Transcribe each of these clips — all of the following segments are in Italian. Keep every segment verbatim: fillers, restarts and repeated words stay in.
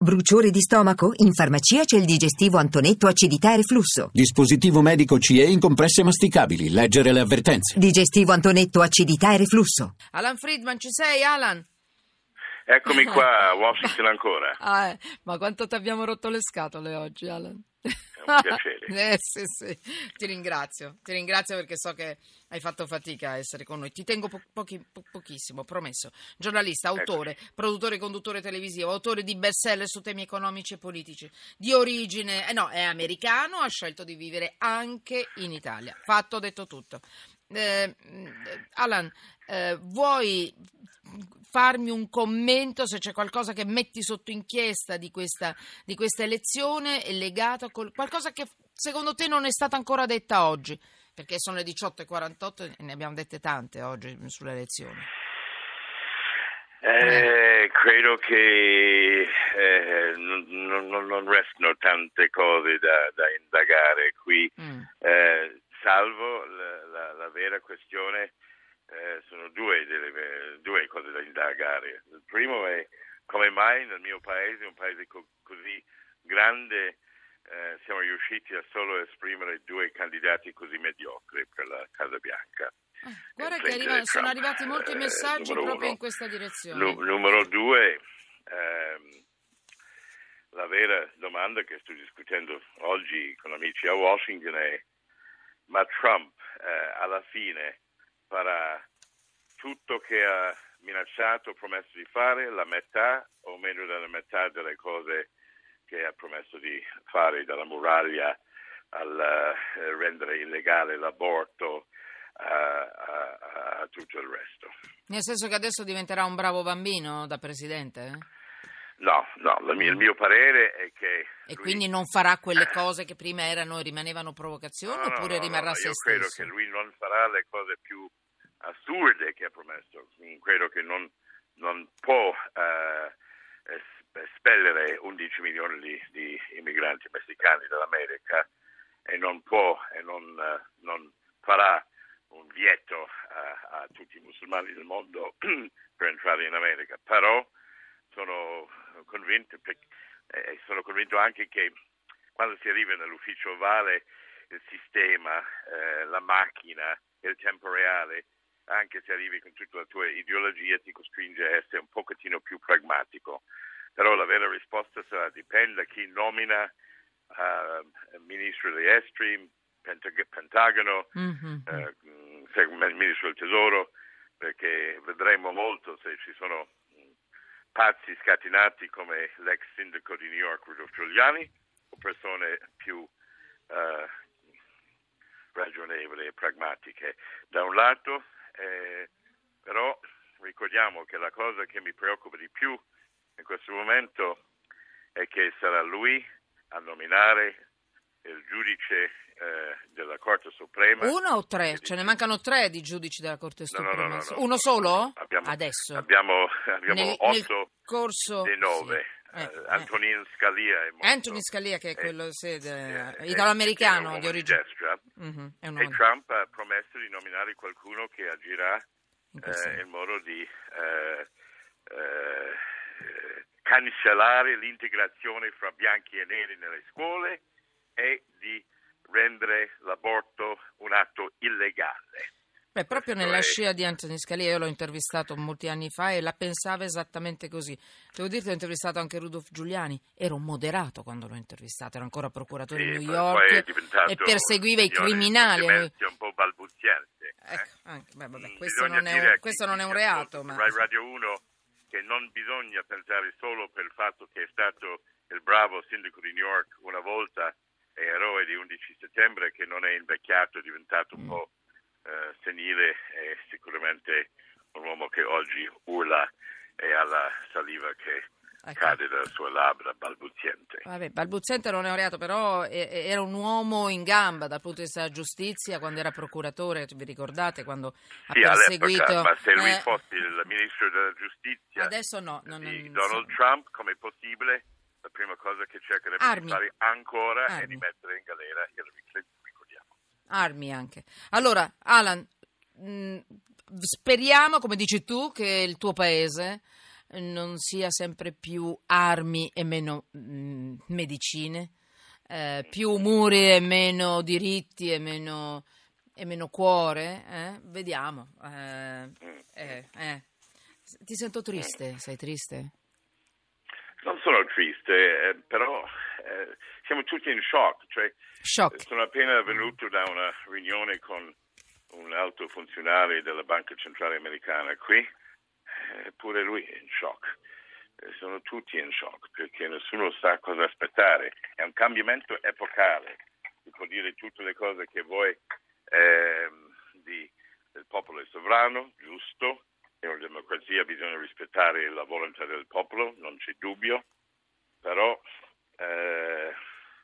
Bruciore di stomaco? In farmacia c'è il digestivo Antonetto acidità e reflusso. Dispositivo medico C E in compresse masticabili. Leggere le avvertenze. Digestivo Antonetto acidità e reflusso. Alan Friedman, ci sei, Alan? Eccomi qua a Washington ancora. Ah, eh. Ma quanto ti abbiamo rotto le scatole oggi, Alan? È un piacere. Eh, sì, sì. Ti ringrazio, ti ringrazio perché so che hai fatto fatica a essere con noi. Ti tengo po- pochi, po- pochissimo, promesso. Giornalista, autore, Eccoci. produttore e conduttore televisivo, autore di bestseller su temi economici e politici, di origine, eh no, è americano, ha scelto di vivere anche in Italia. Fatto, detto tutto. Eh, Alan, eh, vuoi farmi un commento se c'è qualcosa che metti sotto inchiesta di questa, di questa elezione è legato a col- qualcosa che secondo te non è stata ancora detta oggi? Perché sono le diciotto e quarantotto e ne abbiamo dette tante oggi sulle elezioni. Eh, credo che eh, non, non, non restano tante cose da, da indagare qui, mm. eh, salvo la, la, la vera questione. Eh, sono due, delle, due cose da indagare. Il primo è come mai nel mio paese, un paese co- così grande, eh, siamo riusciti a solo esprimere due candidati così mediocri per la Casa Bianca. Ah, guarda che arriva, sono arrivati molti messaggi eh, proprio uno. in questa direzione. N- numero due, ehm, la vera domanda che sto discutendo oggi con amici a Washington è: ma Trump eh, alla fine farà tutto che ha minacciato, promesso di fare, la metà o meno della metà delle cose che ha promesso di fare, dalla muraglia al uh, rendere illegale l'aborto a, a, a tutto il resto. Nel senso che adesso diventerà un bravo bambino da presidente? Eh? No, no, la mia, il mio parere è che... E lui... quindi non farà quelle cose che prima erano e rimanevano provocazioni, no, oppure no, no, rimarrà no, se io stesso? Credo che lui non farà le cose più assurde che ha promesso. Credo che non, non può uh, espellere undici milioni di, di immigranti messicani dall'America e non può e non, uh, non farà un vieto uh, a tutti i musulmani del mondo per entrare in America. Però sono convinto, eh, sono convinto anche che quando si arriva nell'ufficio ovale il sistema, eh, la macchina, il tempo reale, anche se arrivi con tutta la tua ideologia, ti costringe a essere un pochettino più pragmatico. Però la vera risposta sarà: dipende da chi nomina uh, ministro degli esteri, Pentag- Pentagono, mm-hmm. uh, ministro del tesoro, perché vedremo molto se ci sono pazzi scatenati come l'ex sindaco di New York Rudolph Giuliani o persone più uh, ragionevoli e pragmatiche. Da un lato, eh, però ricordiamo che la cosa che mi preoccupa di più in questo momento è che sarà lui a nominare il giudice eh, della Corte Suprema. Uno o tre? Ce ne mancano tre di giudici della Corte Suprema. No, no, no, no, Uno no, solo? Abbiamo, Adesso? Abbiamo, abbiamo nel, otto nel corso, dei nove. Sì. Eh, uh, Antonin Scalia è morto. Antonin Scalia, che è quello eh, sede, eh, italo-americano è di origine. Destra, mm-hmm, è un e Trump ha promesso di nominare qualcuno che agirà in, eh, in modo di eh, eh, cancellare l'integrazione fra bianchi e neri nelle scuole e di rendere l'aborto un atto illegale. Beh, proprio Questo nella è... scia di Antonin Scalia, io l'ho intervistato molti anni fa e la pensava esattamente così. Devo dire che ho intervistato anche Rudolph Giuliani, era un moderato quando l'ho intervistato, era ancora procuratore sì, di New York e perseguiva i criminali. Un po' balbuziente. Ecco, eh? anche, beh, vabbè, questo, non è, un, questo non è un reato. Ma... Rai Radio uno che non bisogna pensare solo per il fatto che è stato il bravo sindaco di New York una volta e eroe di undici settembre, che non è invecchiato, è diventato un mm. po' Uh, senile, e sicuramente un uomo che oggi urla e ha la saliva che ecco. cade dalle sue labbra, balbuziente. Vabbè, balbuziente non è un reato, però era un uomo in gamba dal punto di vista della giustizia quando era procuratore, vi ricordate, quando ha sì, perseguito... ma se lui eh... fosse il ministro della giustizia adesso no, non, di non, Donald sì. Trump, come è possibile? La prima cosa che cercherebbe Armi. di fare ancora Armi. è di mettere in galera Hillary Clinton. Armi anche. Allora, Alan, mh, speriamo, come dici tu, che il tuo paese non sia sempre più armi e meno mh, medicine, eh, più muri e meno diritti e meno, e meno cuore? Eh? Vediamo. Eh, eh, eh. Ti sento triste, sei triste? Non sono triste, eh, però eh, siamo tutti in shock. Cioè, Shock. Sono appena venuto da una riunione con un alto funzionario della Banca Centrale Americana qui, eppure lui è in shock. Eh, sono tutti in shock perché nessuno sa cosa aspettare. È un cambiamento epocale, si può dire tutte le cose che vuoi eh, di, del popolo è sovrano, giusto. In una democrazia bisogna rispettare la volontà del popolo, non c'è dubbio, però eh,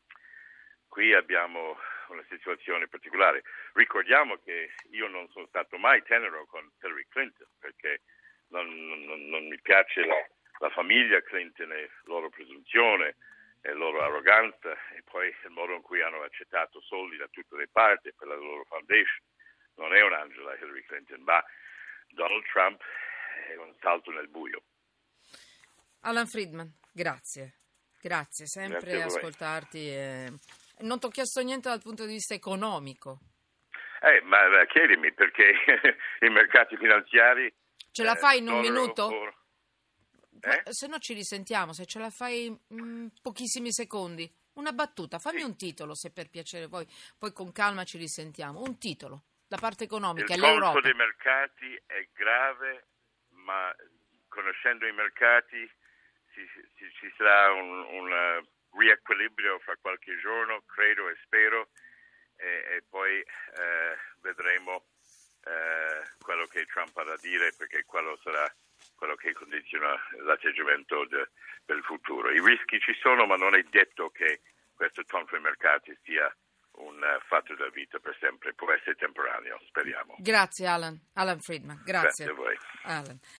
qui abbiamo una situazione particolare. Ricordiamo che io non sono stato mai tenero con Hillary Clinton perché non, non, non mi piace la, la famiglia Clinton e la loro presunzione e la loro arroganza e poi il modo in cui hanno accettato soldi da tutte le parti per la loro foundation. Non è un'Angela Hillary Clinton, ma Donald Trump è un salto nel buio. Alan Friedman, grazie. Grazie, sempre Grazie ascoltarti. E... Non ti ho chiesto niente dal punto di vista economico. Eh, ma, ma chiedimi perché i mercati finanziari... Ce la fai in un dollaro, minuto? oro. Eh? Se no ci risentiamo, se ce la fai in pochissimi secondi. Una battuta, fammi un titolo se per piacere, poi, poi con calma ci risentiamo. Un titolo, la parte economica, Il l'Europa. costo dei mercati è grave, ma conoscendo i mercati ci, ci, ci sarà un, un riequilibrio fra qualche giorno, credo e spero, e, e poi eh, vedremo eh, quello che Trump ha da dire, perché quello sarà quello che condiziona l'atteggiamento de, del futuro. I rischi ci sono, ma non è detto che questo tonfo ai mercati sia un uh, fatto della vita per sempre, può essere temporaneo, speriamo. Grazie Alan, Alan Friedman, grazie. Grazie a voi. Alan.